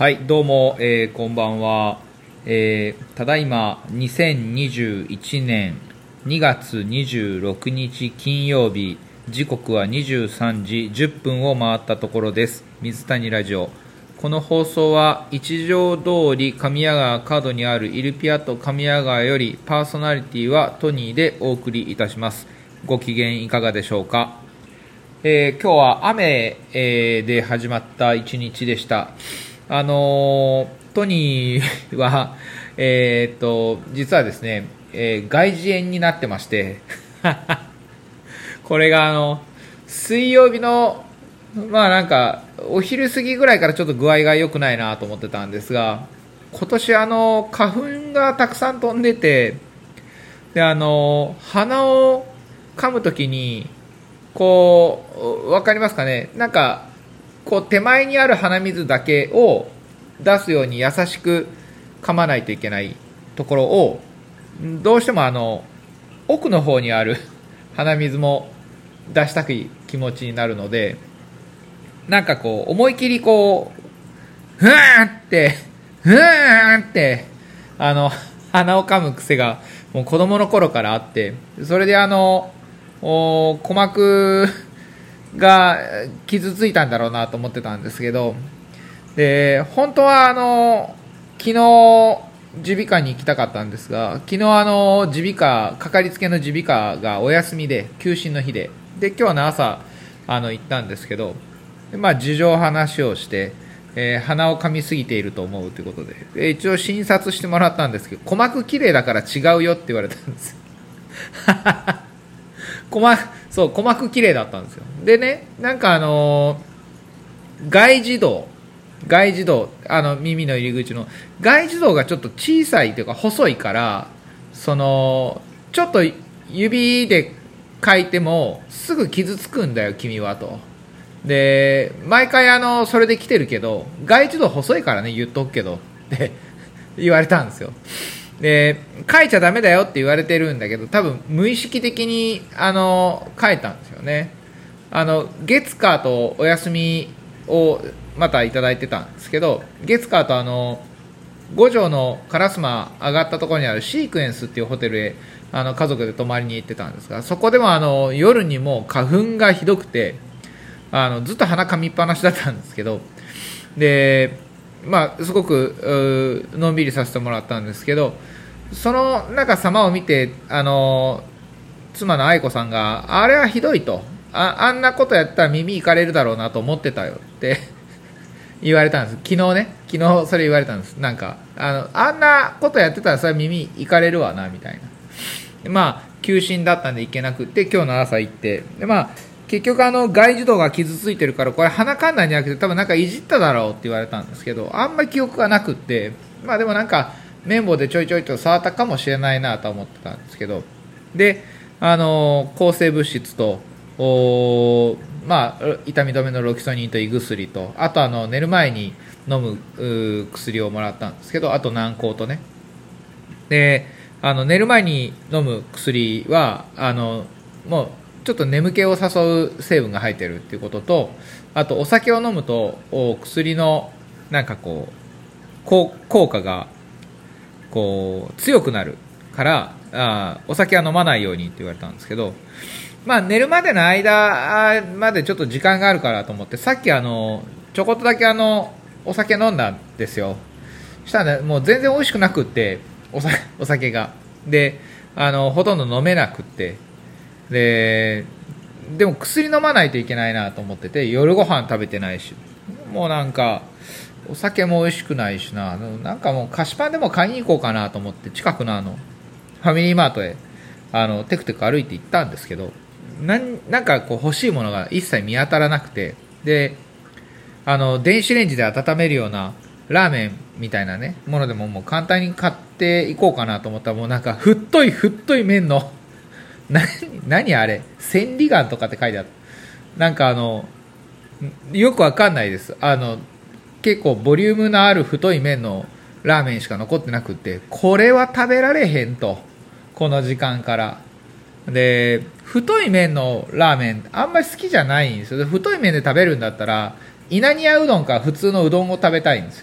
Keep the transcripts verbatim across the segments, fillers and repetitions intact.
はい、どうも、えーこんばんは。えーただいまにせんにじゅういちねんにがつにじゅうろくにち金曜日、時刻はにじゅうさんじじゅっぷんを回ったところです。水谷ラジオ。この放送は一条通り神谷川角にあるイルピアット神谷川より、パーソナリティはトニーでお送りいたします。ご機嫌いかがでしょうか。えー今日は雨、えーで始まった一日でした。あのートニーは、えーっと、実はですね、えー外耳炎になってまして、これがあの、水曜日の、まあなんか、お昼過ぎぐらいからちょっと具合が良くないなと思ってたんですが、今年あの、花粉がたくさん飛んでて、で、あの、鼻を噛むときに、こう、わかりますかね、なんか、こう手前にある鼻水だけを出すように優しく噛まないといけないところを、どうしてもあの奥の方にある鼻水も出したくい気持ちになるので、なんかこう思い切りこうふーってふーってあの鼻を噛む癖がもう子供の頃からあって、それであのお鼓膜が傷ついたんだろうなと思ってたんですけど、で本当はあの昨日耳鼻科に行きたかったんですが、昨日あの耳鼻科かかりつけの耳鼻科がお休みで休診の日で、で今日の朝あの行ったんですけど、でまあ事情話をして、えー鼻を噛みすぎていると思うということで、で一応診察してもらったんですけど、鼓膜きれいだから違うよって言われたんです鼓膜そう鼓膜きれいだったんですよ。でね、なんかあのー外耳道外耳道あの耳の入り口の外耳道がちょっと小さいというか細いから、そのちょっと指で書いてもすぐ傷つくんだよ君はと。で毎回あのそれで来てるけど、外耳道細いからね言っとくけどって言われたんですよ。で書いちゃダメだよって言われてるんだけど、多分無意識的にあの書いたんですよね。あの月火とお休みをまたいただいてたんですけど、月火とあの五条の烏丸上がったところにあるシークエンスっていうホテルへあの家族で泊まりに行ってたんですが、そこでもあの夜にも花粉がひどくて、あのずっと鼻かみっぱなしだったんですけど、でまあすごくうのんびりさせてもらったんですけど、その中様を見てあの妻の愛子さんが、あれはひどいと、 あ, あんなことやったら耳いかれるだろうなと思ってたよって言われたんです。昨日ね昨日それ言われたんです。なんかあのあんなことやってたらそれは耳いかれるわなみたいな。まあ休診だったんで行けなくって、今日の朝行って、でまあ結局あの外耳道が傷ついてるから、これ鼻かんだんじゃなくて多分なんかいじっただろうって言われたんですけど、あんまり記憶がなくって、まあでもなんか綿棒でちょいちょいと触ったかもしれないなと思ってたんですけど、であの抗生物質とおまあ痛み止めのロキソニンと胃薬と、あとあの寝る前に飲む薬をもらったんですけど、あと軟膏とね。であの寝る前に飲む薬はあのもうちょっと眠気を誘う成分が入ってるっていうことと、あとお酒を飲むとお薬のなんかこう効効果がこう強くなるから、あお酒は飲まないようにって言われたんですけど、まあ寝るまでの間までちょっと時間があるからと思って、さっきあのちょこっとだけあのお酒飲んだんですよ。したら、ね、もう全然美味しくなくって、お酒、お酒がであのほとんど飲めなくって、ででも薬飲まないといけないなと思ってて、夜ご飯食べてないし、もうなんかお酒も美味しくないしな、なんかもう菓子パンでも買いに行こうかなと思って、近くのあのファミリーマートへあのテクテク歩いて行ったんですけど、なん、なんかこう欲しいものが一切見当たらなくて、であの電子レンジで温めるようなラーメンみたいなねものでももう簡単に買っていこうかなと思ったら、もうなんか太い太い麺の何, 何あれ千里眼とかって書いてあった。なんかあのよくわかんないです。あの結構ボリュームのある太い麺のラーメンしか残ってなくって、これは食べられへんと、この時間から。で太い麺のラーメンあんまり好きじゃないんですよ。で太い麺で食べるんだったら稲庭うどんか普通のうどんを食べたいんですよ。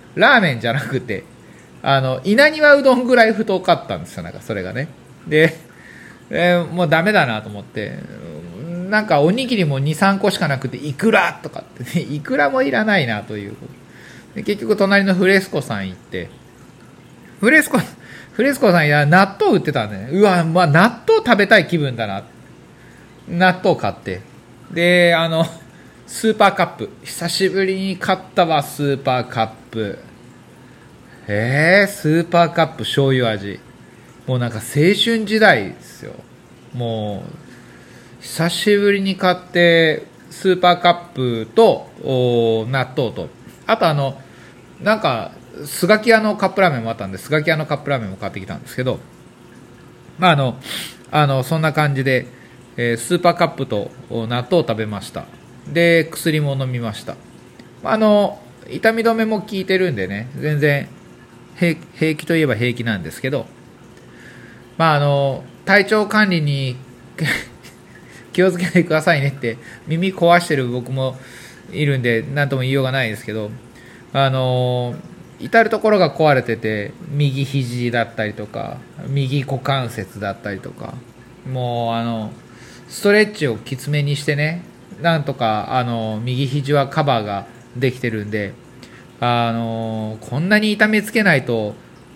ラーメンじゃなくて、あの稲庭うどんぐらい太かったんですよ、なんかそれがね。で、えー、もうダメだなと思って、なんかおにぎりもにさんこしかなくていくらとかってね、いくらもいらないなという。で結局隣のフレスコさん行って、フレスコフレスコさん、いや納豆売ってたんで、ね、うわ、まあ、納豆食べたい気分だな、納豆買って、であのスーパーカップ、久しぶりに買ったわ、スーパーカップ。えー、スーパーカップ醤油味、もうなんか青春時代ですよ。もう久しぶりに買ってスーパーカップと納豆と、あとあのなんかスガキ屋のカップラーメンもあったんで、スガキ屋のカップラーメンも買ってきたんですけど、まああのあのそんな感じで、えー、スーパーカップと納豆を食べました。で薬も飲みました。あの痛み止めも効いてるんでね、全然平, 平気といえば平気なんですけど、まあ、あの体調管理に気をつけてくださいねって、耳壊してる僕もいるんで何とも言いようがないですけど、あの至る所が壊れてて、右肘だったりとか右股関節だったりとか、もうあのストレッチをきつめにしてね、なんとかあの右肘はカバーができてるんで、あのこんなに痛めつけないと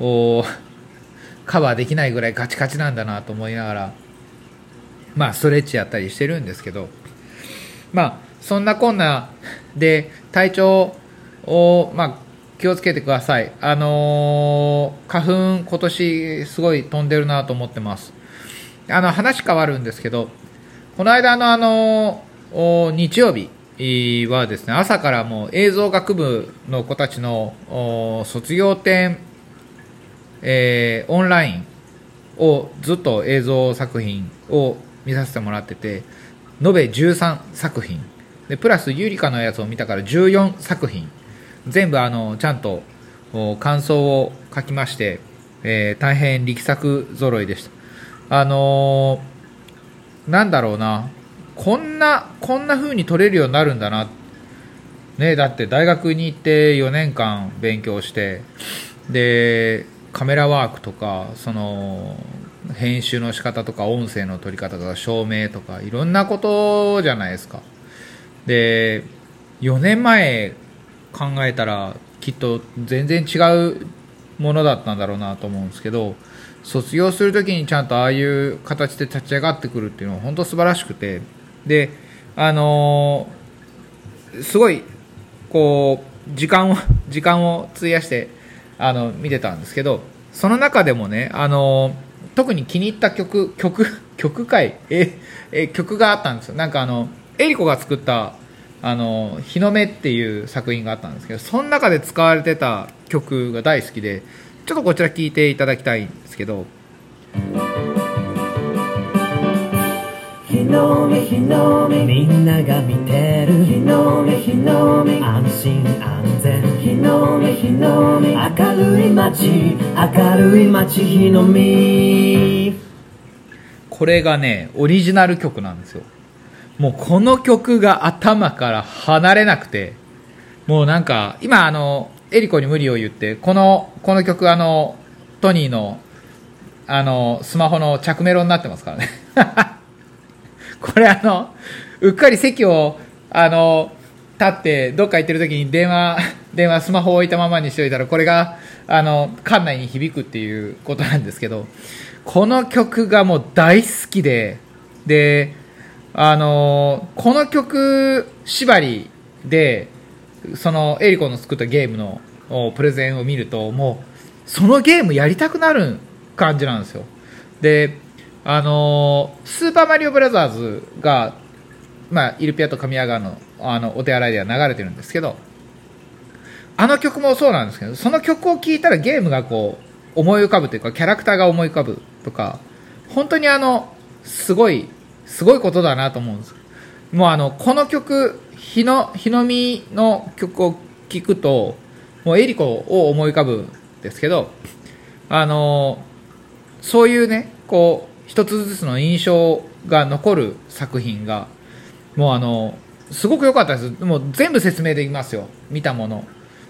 カバーできないぐらいガチガチなんだなと思いながら、まあストレッチやったりしてるんですけど、まあそんなこんなで体調を、まあ、気をつけてください。あのー、花粉今年すごい飛んでるなと思ってます。あの話変わるんですけど、この間のあのー、日曜日はですね、朝からもう映像学部の子たちの卒業展、えー、オンラインをずっと映像作品を見させてもらってて、延べじゅうさんさく品でプラスユリカのやつを見たからじゅうよんさく品、全部あのちゃんと感想を書きまして、えー、大変力作揃いでした。あのー、なんだろうな、こんなこんな風に撮れるようになるんだな、ね、だって大学に行ってよねんかん勉強して、でカメラワークとか、その編集の仕方とか、音声の取り方とか、照明とか、いろんなことじゃないですか。でよねんまえ考えたらきっと全然違うものだったんだろうなと思うんですけど、卒業するときにちゃんとああいう形で立ち上がってくるっていうのは本当素晴らしくて、であのー、すごいこう時間を時間を費やしてあの見てたんですけど、その中でもね、あの特に気に入った曲曲曲会ええ曲があったんですよ。なんかあのエリコが作ったあの日の目っていう作品があったんですけど、その中で使われてた曲が大好きで、ちょっとこちら聴いていただきたいんですけど、 日の目日の目みんなが見てる、日の目日の目安心安全、日の目日の目明るい街明るい街日の目、 これがねオリジナル曲なんですよ。もうこの曲が頭から離れなくて、もうなんか今あのエリコに無理を言ってこのこの曲あのトニーのあのスマホの着メロになってますからねこれあのうっかり席をあの立ってどっか行ってる時に電話電話スマホを置いたままにしておいたら、これがあの館内に響くっていうことなんですけど、この曲がもう大好きで、であのこの曲縛りでそのエリコの作ったゲームのプレゼンを見ると、もうそのゲームやりたくなる感じなんですよ。であのスーパーマリオブラザーズが、まあ、イルピアと神谷川 の, あのお手洗いでは流れてるんですけど、あの曲もそうなんですけど、その曲を聴いたらゲームがこう思い浮かぶというか、キャラクターが思い浮かぶとか、本当にあのすごいすごいことだなと思うんです。もうあのこの曲日の日の実の曲を聴くと、もうエリコを思い浮かぶんですけど、あのそういうねこう一つずつの印象が残る作品がもうあのすごく良かったです。もう全部説明できますよ、見たもの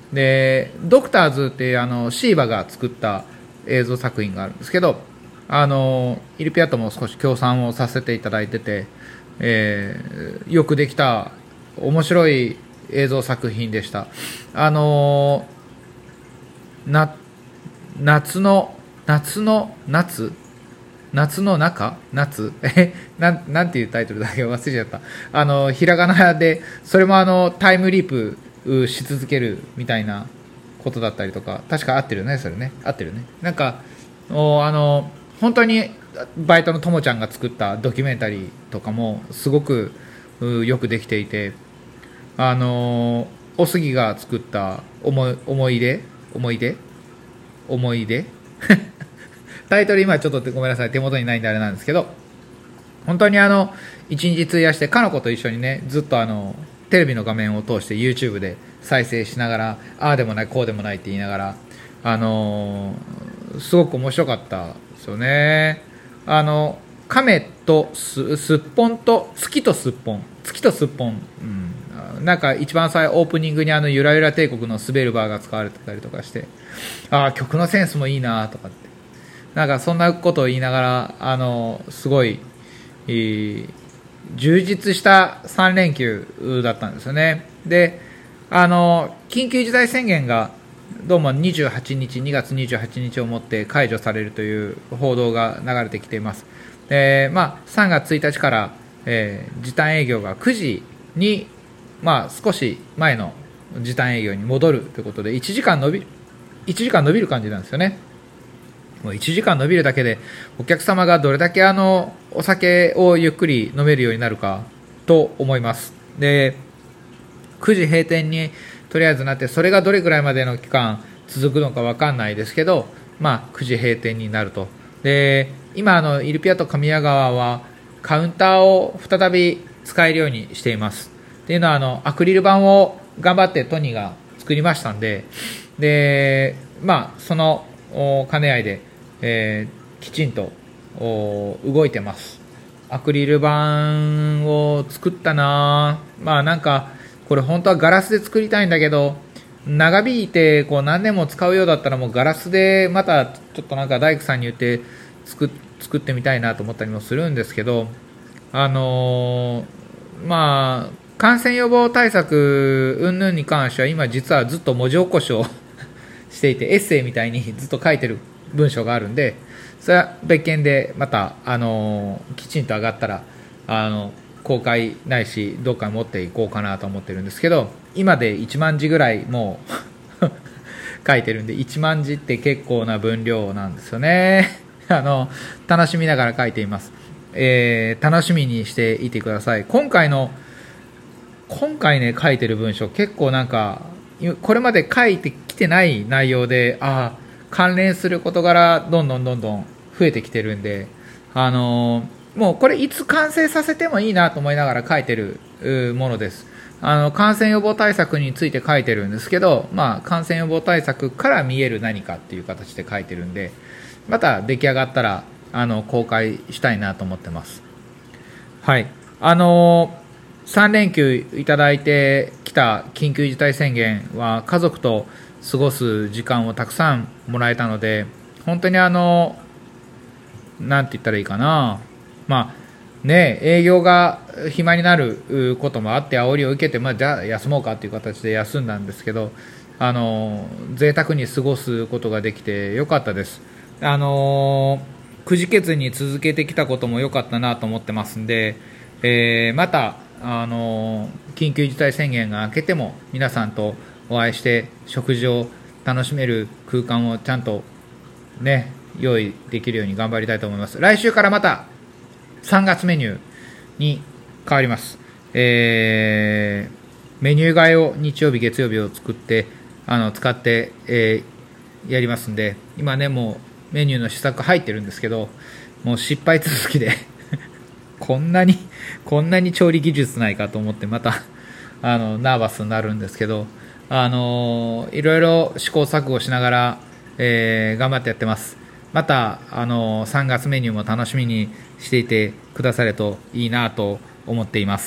でドクターズっていうあのシーバが作った映像作品があるんですけど、あのイルピアとも少し協賛をさせていただいてて、えー、よくできた面白い映像作品でした。あのな夏の夏の夏夏の中夏えなんなんていうタイトルだっけ忘れちゃった。あのひらがなでそれもあのタイムリープし続けるみたいなことだったりとか、確か合ってるよね、それね、合ってるね。なんかおあの本当にバイトのともちゃんが作ったドキュメンタリーとかもすごくよくできていて、あのおすぎが作った思い思い出思い出思い出タイトル今ちょっとごめんなさい、手元にないんであれなんですけど、本当にあの一日費やしてかの子と一緒にね、ずっとあのテレビの画面を通して YouTube で再生しながら、ああでもないこうでもないって言いながら、あのー、すごく面白かったですよね。あの亀とすすっぽんと月とすっぽん月とすっぽん、うん、なんか一番最初オープニングにあのゆらゆら帝国のスベルバーが使われてたりとかして、ああ曲のセンスもいいなとかって、なんかそんなことを言いながら、あのすごい、えー、充実したさん連休だったんですよね。で、あの緊急事態宣言がどうもにじゅうはちにちにがつにじゅうはちにちをもって解除されるという報道が流れてきています。で、まあ、さんがつついたちから、えー、時短営業がくじに、まあ、少し前の時短営業に戻るということでいちじかん伸びいちじかん伸びる感じなんですよね。もういちじかん伸びるだけでお客様がどれだけあのお酒をゆっくり飲めるようになるかと思います。で、くじ閉店にとりあえずなって、それがどれくらいまでの期間続くのか分かんないですけど、まあ、くじ閉店になると。で、今あのイルピアと神谷川はカウンターを再び使えるようにしています。っていうのはあのアクリル板を頑張ってトニーが作りましたんで、で、まあ、その兼ね合いで、えー、きちんと動いてます。アクリル板を作ったな、まあなんかこれ本当はガラスで作りたいんだけど、長引いてこう何年も使うようだったらもうガラスでまたちょっとなんか大工さんに言って作作ってみたいなと思ったりもするんですけど、あのー、まあ感染予防対策云々に関しては今実はずっと文字起こしをしていて、エッセイみたいにずっと書いてる文章があるんで、それは別件でまた、あのー、きちんと上がったらあの公開ないしどっかに持っていこうかなと思ってるんですけど、今でいちまんじぐらいもう書いてるんで、いちまんじって結構な分量なんですよね。あの楽しみながら書いています。えー、楽しみにしていてください。今回の今回ね書いてる文章結構なんかこれまで書いてきてない内容で、あ関連する事柄どんどんどんどん増えてきてるんで、あのー、もうこれいつ完成させてもいいなと思いながら書いてるものです。あの感染予防対策について書いてるんですけど、まあ、感染予防対策から見える何かっていう形で書いてるんで、また出来上がったらあの公開したいなと思ってます。はい、あのーさん連休いただいてきた緊急事態宣言は家族と過ごす時間をたくさんもらえたので、本当にあのなんて言ったらいいかな、まあね、営業が暇になることもあって煽りを受けて、まあ、じゃあ休もうかという形で休んだんですけど、あの贅沢に過ごすことができてよかったです。あのくじけずに続けてきたことも良かったなと思ってますんで、えー、またあの緊急事態宣言が明けても皆さんとお会いして食事を楽しめる空間をちゃんとね用意できるように頑張りたいと思います。来週からまたさんがつメニューに変わります。えー、メニュー替えを日曜日月曜日を作ってあの使って、えー、やりますんで、今ねもうメニューの試作入ってるんですけど、もう失敗続きでこんなにこんなに調理技術ないかと思ってまたあのナーバスになるんですけど、あのいろいろ試行錯誤しながら、えー、頑張ってやってます。またあのさんがつメニューも楽しみにしていてくださるといいなと思っています。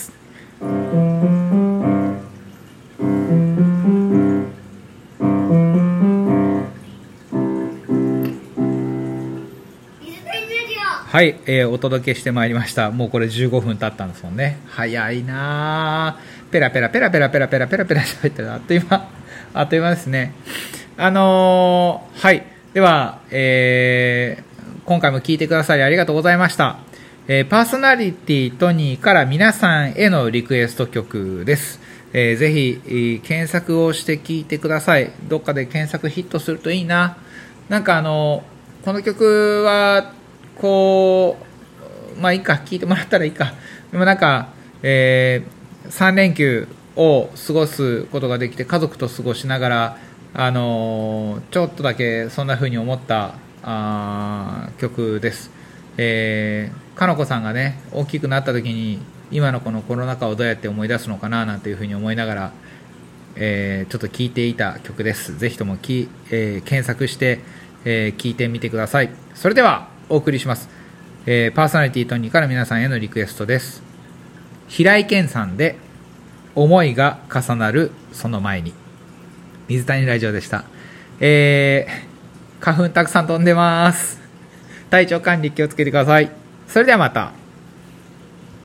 はい、えー、お届けしてまいりました。もうこれじゅうごふん経ったんですもんね。早いなー。ペラペラペラペラペラペラペラペラ喋ってる。あっという間、あっという間ですね。あのー、はい。では、えー、今回も聞いてくださりありがとうございました。えー、パーソナリティトニーから皆さんへのリクエスト曲です。えー、ぜひ、えー、検索をして聴いてください。どっかで検索ヒットするといいな。なんかあのー、この曲は、こう、まあいいか、聞いてもらったらいいか。でもなんか、えー、さん連休を過ごすことができて、家族と過ごしながら、あのー、ちょっとだけそんな風に思ったあ曲です。えー、かのこさんがね、大きくなった時に、今のこのコロナ禍をどうやって思い出すのかななんていう風に思いながら、えー、ちょっと聴いていた曲です。ぜひともき、えー、検索して、えー、聴いてみてください。それでは、お送りします、えー、パーソナリティトニーから皆さんへのリクエストです。平井堅さんで思いが重なるその前に。水谷ラジオでした。えー、花粉たくさん飛んでます。体調管理気をつけてください。それではまた。